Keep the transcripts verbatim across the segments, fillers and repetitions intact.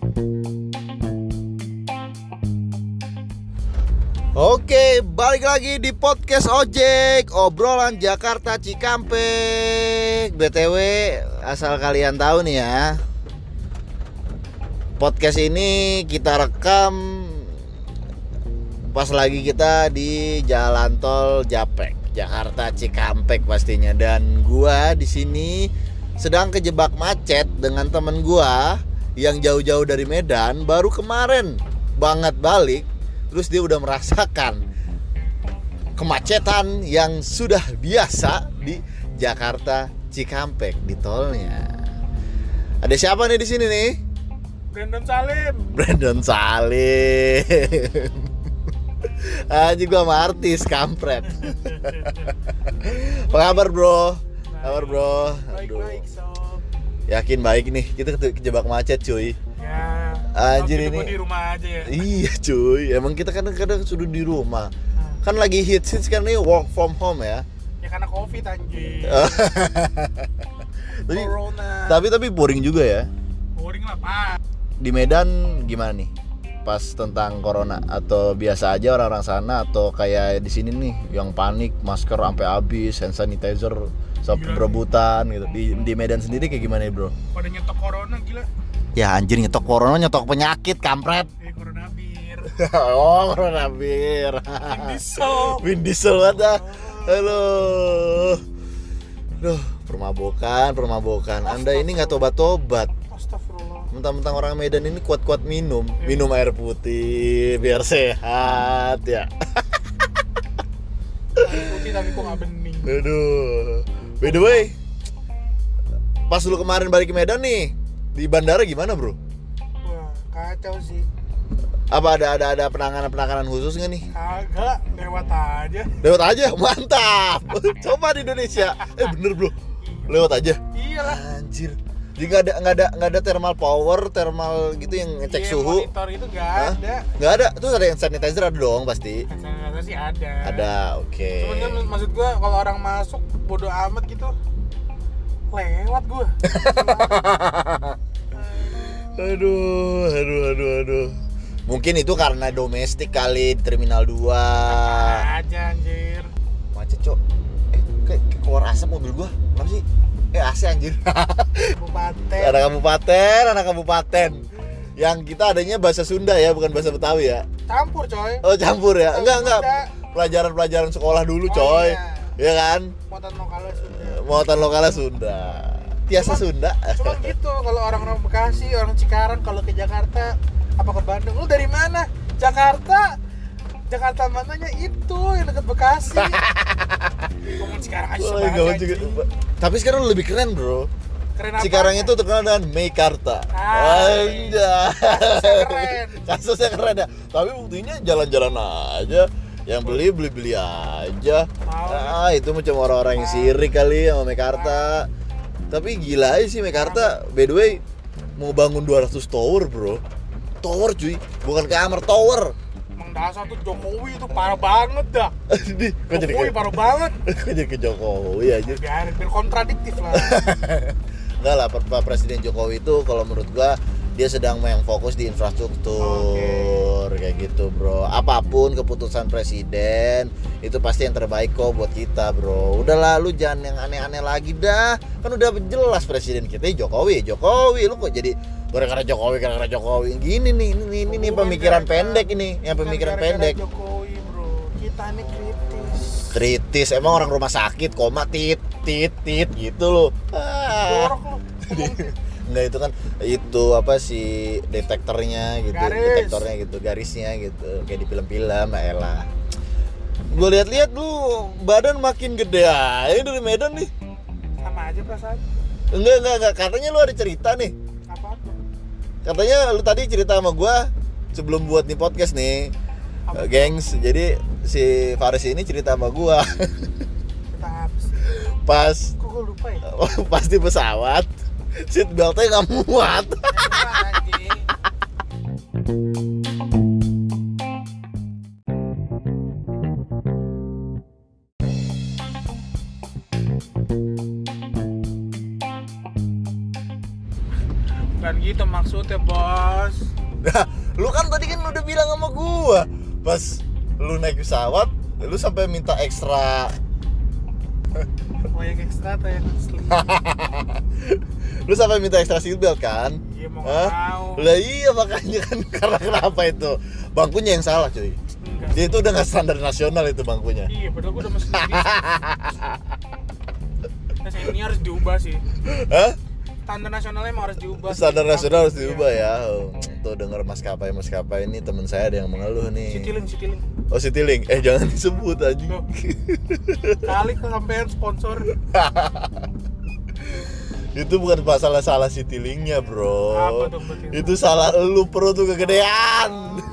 Oke, balik lagi di podcast Ojek, obrolan Jakarta Cikampek. B T W, asal kalian tahu nih ya, podcast ini kita rekam pas lagi kita di Jalan Tol Japek, Jakarta Cikampek pastinya. Dan gua di sini sedang kejebak macet dengan temen gua yang jauh-jauh dari Medan, baru kemarin banget balik. Terus dia udah merasakan kemacetan yang sudah biasa di Jakarta Cikampek di tolnya. Ada siapa nih di sini nih? Brandon Salim. Brandon Salim. Anjing gua sama artis kampret. Apa kabar bro? Kabar bro? Baik-baik sob. Yakin baik nih, kita kejebak macet cuy. Ya. Anjir ini. Di rumah aja ya. Iya cuy, emang kita kadang-kadang sudah di rumah. Kan lagi hits hits kan nih work from home ya. Ya karena Covid anjir. tapi, Corona. tapi tapi boring juga ya. Boring lah Pak. Di Medan gimana nih? Pas tentang corona atau biasa aja orang-orang sana atau kayak di sini nih yang panik masker sampai habis, hand sanitizer sampai berebutan gitu. Di di Medan sendiri kayak gimana ya, Bro? Pada nyetok corona gila. Ya anjir, nyetok corona, nyetok penyakit kampret. Eh corona bir. Oh, corona bir. Vin Diesel. Vin Diesel banget dah. Halo. Duh, permabukan, permabukan. Anda ini enggak tobat-tobat. Astagfirullah. Mentang-mentang orang Medan ini kuat-kuat minum, minum air putih biar sehat ya. Air putih tapi kok enggak bening. Aduh. By the way, pas lu kemarin balik ke Medan nih, di bandara gimana bro? Wah kacau sih. Apa ada ada ada penanganan-penanganan khusus nggak nih? Kagak, lewat aja. Lewat aja, mantap. Coba di Indonesia. Eh bener bro, lewat aja. Iyalah. Anjir. Jadi nggak ada nggak ada nggak ada thermal power, thermal gitu yang ngecek Iya, suhu. Monitor itu nggak Hah? ada. Nggak ada. Terus ada yang sanitizer ada dong pasti. Ternyata sih ada. Ada, oke. Cuman kan maksud gua kalau orang masuk bodo amat gitu. Lewat gua. Aduh, aduh, aduh, aduh. Mungkin itu karena domestik kali di Terminal dua. Aja anjir. Macet, Cok. Eh, kayak, kayak keluar asap mobil gua. Kenapa sih? Eh, A C anjir. Kabupaten. Anak kabupaten, anak kabupaten. Yang kita adanya bahasa Sunda ya, bukan bahasa Betawi ya. Campur coy. Oh, campur ya. Enggak, enggak. Sunda. Pelajaran-pelajaran sekolah dulu, Oh, coy. iya. Iya kan? Muatan lokalnya Sunda. Muatan lokalnya Sunda. Tiasa Cuman- Sunda. Cuman gitu kalau orang-orang Bekasi, orang Cikarang kalau ke Jakarta apa ke Bandung, lu dari mana? Jakarta. Jakarta mananya itu yang dekat Bekasi. Ngomong Cikarang aja Oh, sebahasa gawat juga. anjing. Tapi sekarang lebih keren, Bro. Keren apa? Cikarang itu terkenal dengan Meikarta. Ah, Anjay. kasusnya keren. Kasusnya keren ya. Tapi buktinya jalan-jalan aja. Yang beli beli-beli aja. Tahu. Ah, itu macam orang-orang yang sirik kali sama Meikarta. Tapi gila aja sih Meikarta. By the way, mau bangun dua ratus tower, Bro. Tower cuy, bukan kamar, tower. Emang dasar tuh Jokowi itu parah banget dah. Ini kok jadi Jokowi ke, parah banget. kok jadi ke Jokowi aja. Biar, biar kontradiktif lah. Enggak lah, Pak Presiden Jokowi itu kalau menurut gua dia sedang yang fokus di infrastruktur. Oke. Kayak gitu, Bro. Apapun keputusan presiden itu pasti yang terbaik kok buat kita, Bro. Udahlah, lu jangan yang aneh-aneh lagi dah. Kan udah jelas presiden kita Jokowi, Jokowi. Lu kok jadi gara-gara Jokowi, gara-gara Jokowi. Gini nih, ini ini, ini pemikiran pendek ini, yang pemikiran Bukan gara-gara pendek. Jokowi, bro. Kita ini kritis. Kritis, emang orang rumah sakit koma tit tit tit gitu loh. Ah. Jorok lu. Enggak, itu kan itu apa sih detektornya gitu, Garis. detektornya gitu, garisnya gitu, kayak di film-film, lah elah. Gue lihat-lihat lu badan makin gede aja dari Medan nih. Sama aja perasaan. Enggak, enggak, enggak, katanya lu ada cerita nih. Apa-apa. Katanya lu tadi cerita sama gua sebelum buat nih podcast nih. Uh, gengs, jadi si Faris ini cerita sama gua Kita apa sih? pas Kok gue lupa ya? pas di pesawat seat beltnya nggak muat. Anjing. Bukan gitu maksudnya, Bos. Nah, lu kan tadi kan udah bilang sama gua pas lu naik pesawat, lu sampai minta ekstra. Oh yang ekstra atau yang asli? Lu sampai minta ekstra seatbelt kan? Iya mau Hah? mau. Lah iya makanya kan karena kenapa itu? Bangkunya yang salah cuy. Enggak. Dia itu udah nggak standar nasional itu bangkunya. Iya, padahal gua udah mesen di. Nah, ini harus diubah sih. Hah? Standar nasionalnya emang harus diubah. Standar sih. nasional harus Iya. diubah ya. Oh, tuh denger maskapai maskapai ini teman saya ada yang mengeluh nih. Citiling, Citiling. Oh Citylink, eh jangan disebut aja. Loh. Kali kesampean sponsor. Itu bukan masalah salah Citylinknya bro. Apa dong berarti? Itu salah lu perut tuh kegedean.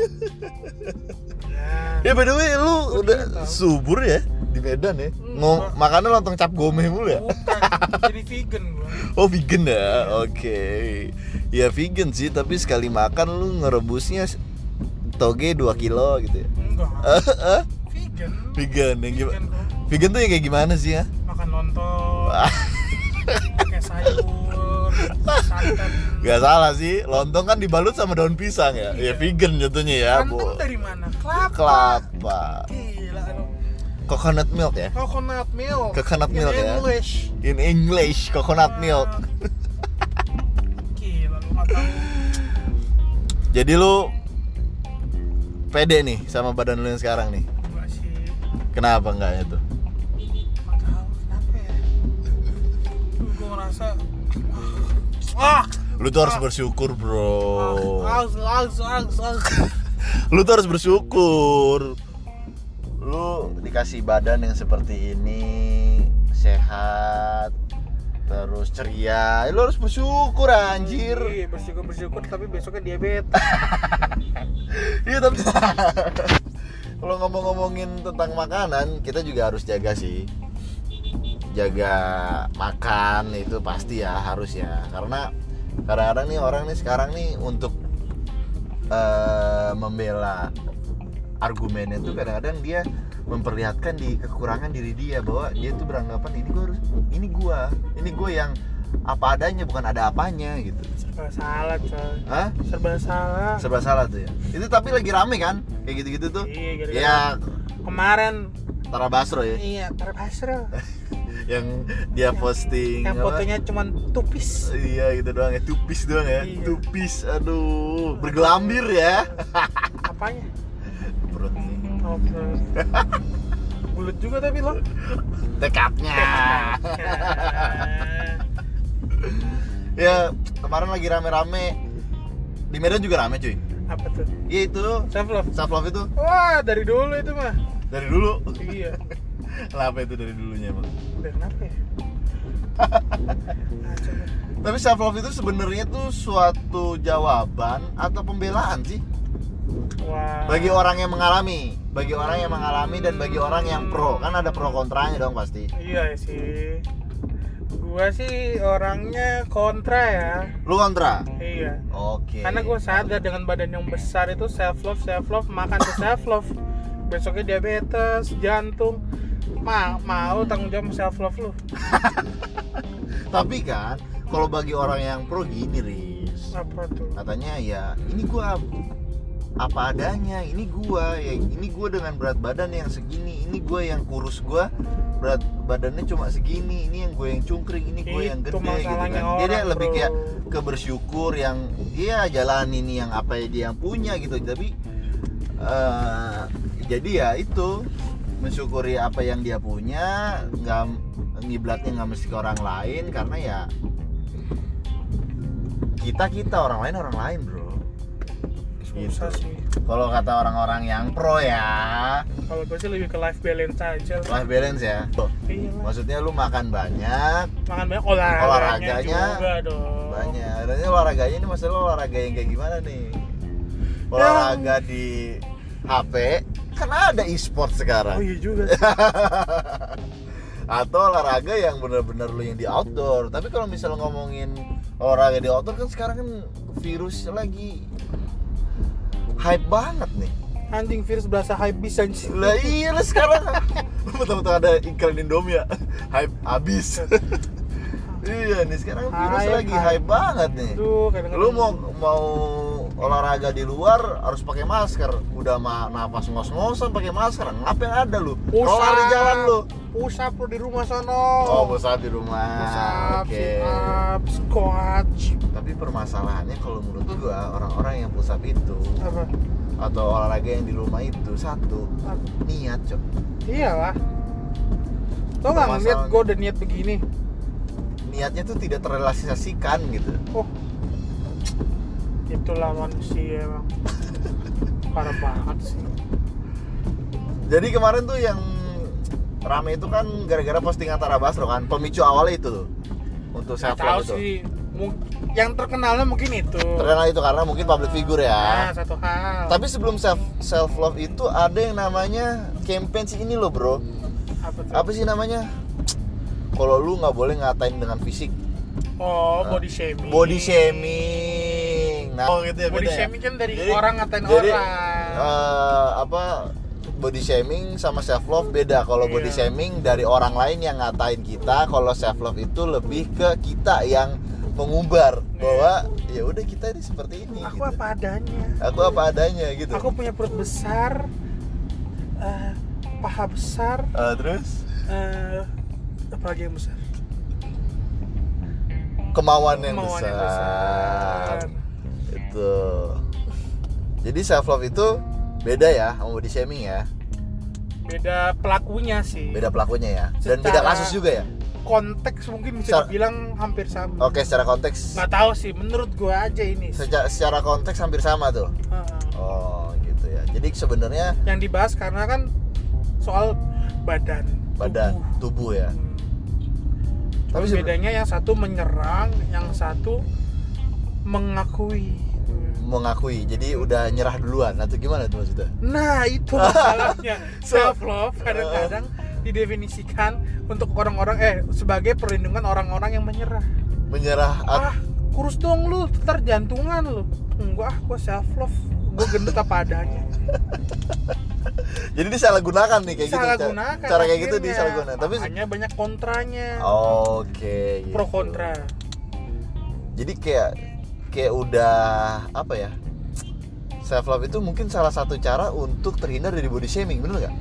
Ya. Ya by the way lu Gua udah tidak tahu. subur ya di Medan ya. Hmm, Mau gua- makannya lontong cap gomeh mulu ya. Bukan, jadi vegan gua. Oh vegan ya, oke. Ya vegan sih, tapi sekali makan lu ngerebusnya toge dua kilo gitu ya. Enggak. Eh, eh, Vegan. vegan yang gimana? Vegan gua. Vegan tuh yang kayak gimana sih ya? Makan lontong, pakai sayur, santan. Gak salah sih, lontong kan dibalut sama daun pisang ya. Iya. Ya vegan jatuhnya ya, Bu. Santan dari mana? Kelapa. Kelapa. Gila lu. Coconut milk ya. Coconut milk. Coconut milk In ya. English. In English, coconut milk. Gila lu nggak tahu. Jadi lu pede nih sama badan lu yang sekarang nih. Enggak sih. Kenapa enggaknya tuh? Nggak tahu kenapa ya. Duh, gua ngerasa ah, Lu tuh harus bersyukur, Bro. aus, aus, aus, aus. Lu tuh harus bersyukur. Lu dikasih badan yang seperti ini, sehat, terus ceria. Lu harus bersyukur anjir. Iya, bersyukur bersyukur tapi besoknya diabetes. Iya tapi kalau ngomong-ngomongin tentang makanan, kita juga harus jaga sih. Jaga makan itu pasti ya, harus ya. Karena kadang-kadang nih orang nih sekarang nih untuk uh, membela argumennya tuh kadang-kadang dia memperlihatkan di kekurangan diri dia, bahwa dia tuh beranggapan ini gua harus ini gua, ini gua yang apa adanya bukan ada apanya gitu. Serba salah coy. Hah? Serba salah. Serba salah tuh ya. Itu tapi lagi rame kan? Kayak gitu-gitu tuh. Iya, gara-gara Ya kemarin Tara Basro ya. iya Tara Basro Yang dia posting yang apa? fotonya cuman tupis. Iya gitu doang ya, tupis doang ya. Iya. Tupis, aduh, bergelambir ya. Apanya? Perut nih. Oh, bro. Bulet juga tapi lo. Tekadnya. Ya, kemarin lagi rame-rame. Di Medan juga rame cuy. Apa tuh? Iya itu, Self love. self love itu Wah, dari dulu itu mah. dari dulu. Iya. Kenapa itu dari dulunya emang? Udah kenapa ya? Nah, coba. Tapi self love itu sebenarnya tuh suatu jawaban atau pembelaan sih Wah. bagi orang yang mengalami, bagi orang yang mengalami dan bagi orang yang pro. Kan ada pro kontranya dong pasti. Iya sih. Gua sih orangnya kontra ya. Lu kontra? Iya. Oke. Karena gue sadar dengan badan yang besar itu self love, self love, makan tuh self love. Besoknya diabetes, jantung. Ma mau tanggung jawab self love lu. Tapi kan kalau bagi orang yang pro gini, Riz. Apa tuh? Katanya ya ini gua apa adanya, ini gua ya ini gua dengan berat badan yang segini, ini gua yang kurus, gua berat badannya cuma segini, ini yang gue yang cungkring, ini gue yang Itu gede gitu kan. masalahnya Dia, dia orang, lebih bro. kayak ke bersyukur yang dia jalani nih yang apa dia yang punya gitu. Tapi eh, jadi ya itu mensyukuri apa yang dia punya, nggak ngiblatnya nggak mesti ke orang lain, karena ya kita kita orang lain orang lain bro. Susah Gitu. sih. Kalau kata orang-orang yang pro ya, Kalau gue sih lebih ke life balance aja. life balance ya. Iya lah. Maksudnya lu makan banyak, Makan banyak olahraganya, Olahraganya juga dong. banyak. Dan ini olahraganya ini masalah olahraga yang kayak gimana nih? Olahraga di H P, kan ada e-sport Oh sekarang. iya juga sih. Atau olahraga yang benar-benar lu yang di outdoor. Tapi kalau misalnya ngomongin olahraga di outdoor kan sekarang kan virus lagi hype banget nih. Anjing virus berasa hype bisa sih. Lah iya lah sekarang. Betul-betul ada iklan Indomie ya. Hype abis. Iya nih sekarang virus Hype, lagi hype. hype banget nih. Aduh, kadang-kadang Lu mau mau olahraga di luar harus pakai masker. Udah mah napas ngos-ngosan pakai masker. Ngapain ada lu? Roller di jalan lu. Push up lu di rumah sono. Oh, pusat di rumah. Push up, Oke. sit up, squat. Tapi permasalahannya kalau menurut gua orang-orang yang push up itu Apa? atau olahraga yang di rumah itu satu Apa? niat, Cok. Iyalah. Tau nggak ngeliat Permasalahan- gue udah niat begini? Niatnya tuh tidak terrealisasikan gitu. Oh, itulah manusia emang. Parah banget sih. Jadi kemarin tuh yang rame itu kan gara-gara postingan Tara Basro kan, pemicu awalnya itu tuh untuk self Tahu love itu. sih. Mu- Yang terkenalnya mungkin itu. Terkenal itu karena mungkin public figure Nah, ya. satu hal. Tapi sebelum self self love itu ada yang namanya campaign sih ini loh, Bro. apa tuh? Apa sih namanya? Kalau lu nggak boleh ngatain dengan fisik. Oh, body shaming. Body shaming. Nah, oh gitu ya, Body beda ya? shaming kan dari Jadi- orang ngatain jadi, orang. eh, apa body shaming sama self love beda. Kalau body Iya. shaming dari orang lain yang ngatain kita, kalau self love itu lebih ke kita yang mengumbar bahwa ya udah kita ini seperti ini. Aku gitu. apa adanya. Aku apa adanya gitu. Aku punya perut besar, eh, paha besar, Eh, terus eh, apa lagi yang besar? kemauan yang Kemauan besar. yang besar. Itu. Jadi self love itu beda ya sama body shaming ya. Beda pelakunya sih. Beda pelakunya ya. Dan Secara- beda kasus juga ya. Konteks mungkin bisa Secara- dibilang hampir sama. Oke, secara konteks Nggak tahu sih, menurut gua aja ini. secara, secara konteks hampir sama tuh. Heeh. Oh, gitu ya. Jadi sebenarnya Yang dibahas karena kan soal badan, badan, tubuh. tubuh ya. Hmm. Tapi Tapi seben- bedanya yang satu menyerang, yang satu mengakui. mengakui. Jadi udah nyerah duluan atau gimana tuh maksudnya? Nah, itu masalahnya. So- Self love kadang-kadang didefinisikan untuk orang-orang eh sebagai perlindungan orang-orang yang menyerah. Menyerah at- Ah, kurus dong lu, ntar jantungan lu. Enggak, ah, gua self love. Gua gendut apa adanya. Jadi disalahgunakan nih kayak Salah gitu. gunakan. Cara kayak gitu akhirnya. disalahgunakan. Tapi Makanya banyak kontranya. oke, gitu. Pro kontra. Jadi kayak kayak udah apa ya? Self love itu mungkin salah satu cara untuk terhindar dari body shaming, bener nggak?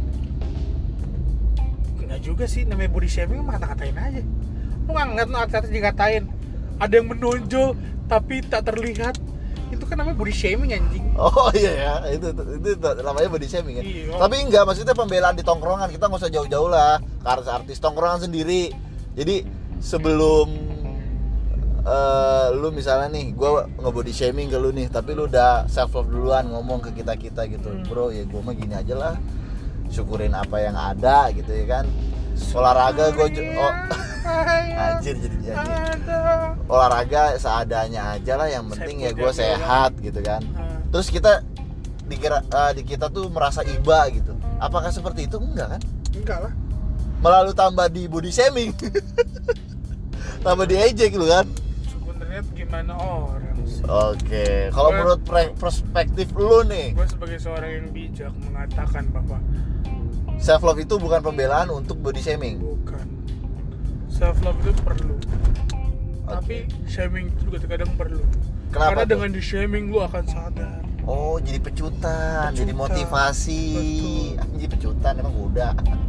Enggak juga sih, namanya body shaming mah kata-katain aja. Lu nggak ngeliat lu artis-artis dikatain ada yang menonjol tapi tak terlihat, itu kan namanya body shaming anjing. Oh iya ya, itu, itu, itu namanya body shaming ya. Iya. Tapi enggak, maksudnya pembelaan di tongkrongan, kita nggak usah jauh-jauh lah ke artis-artis tongkrongan sendiri. Jadi sebelum eh, lu misalnya nih, gue nge-body shaming ke lu nih, tapi lu udah self love duluan ngomong ke kita kita gitu, Hmm. bro ya gue mah gini aja lah, syukurin apa yang ada gitu ya kan. Olahraga gue oh, anjir jadi jadi Ada. olahraga seadanya aja lah, yang penting ya gue Saya sehat gitu kan. Ah. Terus kita dikira eh, di kita tuh merasa iba gitu. Apakah seperti itu? Enggak kan? Enggak lah. Malah lu tambah di body shaming. Tambah diejek lu kan. Sebenarnya gimana orang sih? Oke, kalau Gua- menurut pre- perspektif lu nih, Gue sebagai seorang yang bijak mengatakan bahwa self love itu bukan pembelaan untuk body shaming. bukan. Self love itu perlu. Tapi shaming itu juga terkadang perlu. Kenapa Karena tuh? dengan di shaming lu akan sadar. Oh, jadi pecutan, jadi Pecutan. motivasi. Betul. Anjir pecutan emang kuda.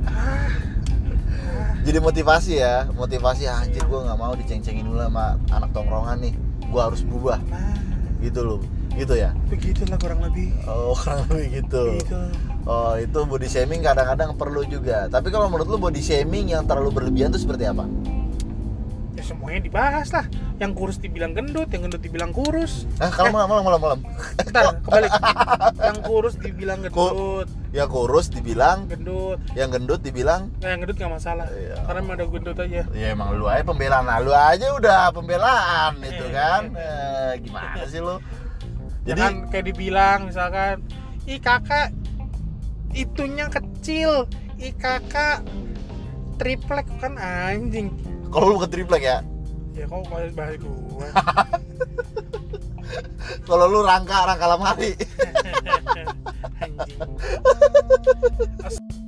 Jadi motivasi ya, motivasi anjir gue nggak mau diceng-cengin dulu sama anak tongkrongan nih. Gue harus berubah. Nah, Gitu loh. Gitu ya. begitulah kurang lebih. Oh, kurang lebih gitu. Gitu. Oh, itu body shaming kadang-kadang perlu juga. Tapi kalau menurut lu body shaming yang terlalu berlebihan itu seperti apa? Ya semuanya dibahas lah. Yang kurus dibilang gendut, yang gendut dibilang kurus. Ah, kalau malam malam malam malam. Ntar kebalik. Yang kurus dibilang gendut, Yang kurus dibilang, gendut. yang gendut dibilang, Nah, yang gendut nggak masalah. Iya. Karena emang ada gendut aja. ya emang lu aja pembelaan. Nah, lu aja udah pembelaan itu Eh, kan. eh, Eh, gimana sih lu? Jadi Jadi kan kayak dibilang misalkan, ih kakak itunya kecil, ih kakak triplek kan anjing. kalau lu ke triplek ya, Ya kok bahas bahas gue. kalau lu rangka rangka lemari. Anjing.